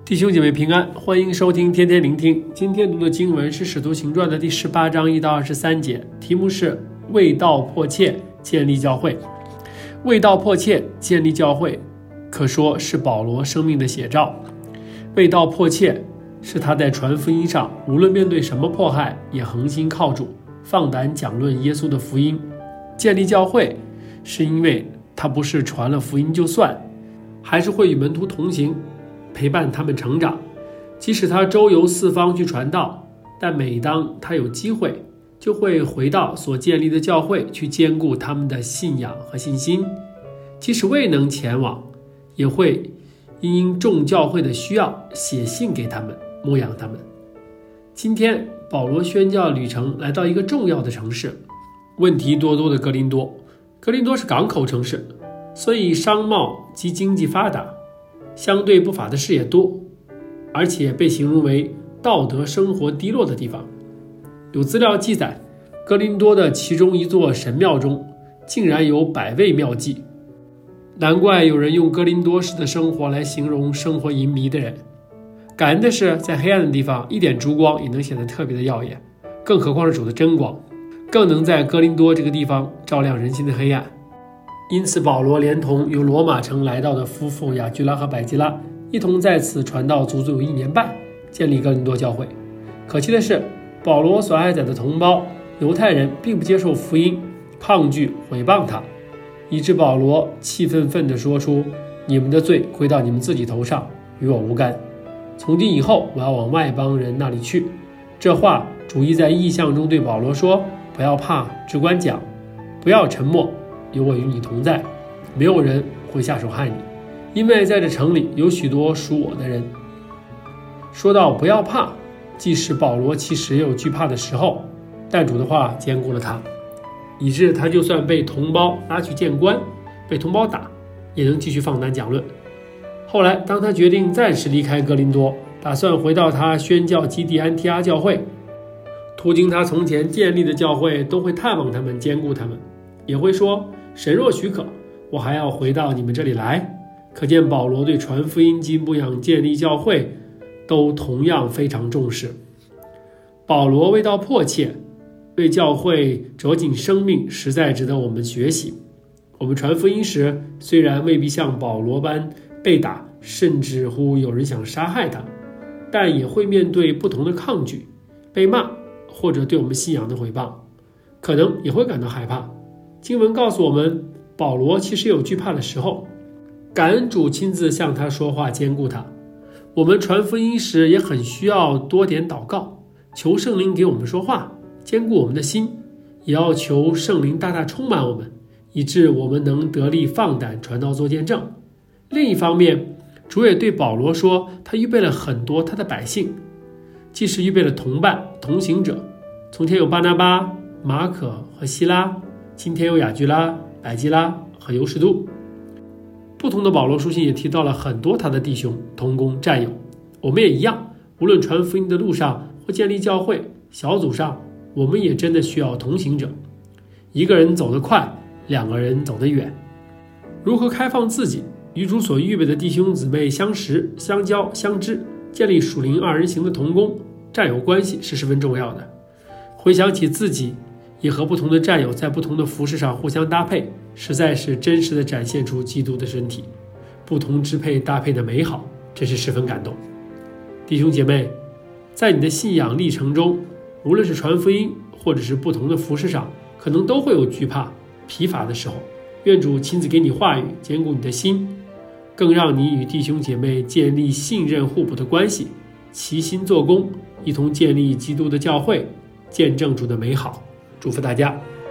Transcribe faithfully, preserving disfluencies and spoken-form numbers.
弟兄姐妹平安，欢迎收听天天聆听。今天读的经文是《使徒行传》的第十八章一到二十三节，题目是为道迫切建立教会。为道迫切建立教会，可说是保罗生命的写照。为道迫切是他在传福音上，无论面对什么迫害，也恒心靠主，放胆讲论耶稣的福音。建立教会，是因为他不是传了福音就算，还是会与门徒同行，陪伴他们成长。即使他周游四方去传道，但每当他有机会，就会回到所建立的教会去兼顾他们的信仰和信心。即使未能前往，也会因众教会的需要写信给他们，牧养他们。今天保罗宣教旅程来到一个重要的城市，问题多多的哥林多。哥林多是港口城市，所以商贸及经济发达，相对不法的事也多，而且被形容为道德生活低落的地方。有资料记载，哥林多的其中一座神庙中竟然有百味妙计，难怪有人用哥林多式的生活来形容生活淫靡的人。感恩的是，在黑暗的地方，一点烛光也能显得特别的耀眼，更何况是主的真光，更能在哥林多这个地方照亮人心的黑暗。因此保罗连同由罗马城来到的夫妇雅居拉和百基拉，一同在此传道足足有一年半，建立哥林多教会。可惜的是，保罗所爱载的同胞犹太人并不接受福音，抗拒毁谤他，以致保罗气愤愤地说出：你们的罪归到你们自己头上，与我无干。从今以后我要往外邦人那里去。这话主意在异象中对保罗说：不要怕，只管讲，不要沉默，有我与你同在，没有人会下手害你，因为在这城里有许多属我的人。说到不要怕，即使保罗其实也有惧怕的时候，但主的话坚固了他，以致他就算被同胞拉去见官，被同胞打，也能继续放胆讲论。后来当他决定暂时离开哥林多，打算回到他宣教基地安提阿教会，途经他从前建立的教会，都会探望他们，兼顾他们，也会说：神若许可，我还要回到你们这里来。可见保罗对传福音及牧养建立教会都同样非常重视。保罗为道迫切，为教会折紧生命，实在值得我们学习。我们传福音时，虽然未必像保罗般被打，甚至乎有人想杀害他，但也会面对不同的抗拒，被骂，或者对我们信仰的毁谤，可能也会感到害怕。经文告诉我们，保罗其实有惧怕的时候，感恩主亲自向他说话，兼顾他。我们传福音时也很需要多点祷告，求圣灵给我们说话，兼顾我们的心，也要求圣灵大大充满我们，以致我们能得力放胆传道做见证。另一方面，主也对保罗说，他预备了很多他的百姓，既是预备了同伴同行者，从前有巴拿巴、马可和希拉，今天有雅居拉、百基拉和犹士都。不同的保罗书信也提到了很多他的弟兄、同工、战友。我们也一样，无论传福音的路上或建立教会小组上，我们也真的需要同行者。一个人走得快，两个人走得远。如何开放自己，与主所预备的弟兄姊妹相识、相交、相知，建立属灵二人行的同工、战友关系是十分重要的。回想起自己也和不同的战友在不同的服事上互相搭配，实在是真实的展现出基督的身体，不同支配搭配的美好，真是十分感动。弟兄姐妹，在你的信仰历程中，无论是传福音或者是不同的服事上，可能都会有惧怕、疲乏的时候。愿主亲自给你话语，坚固你的心，更让你与弟兄姐妹建立信任互补的关系，齐心做工，一同建立基督的教会，见证主的美好。祝福大家。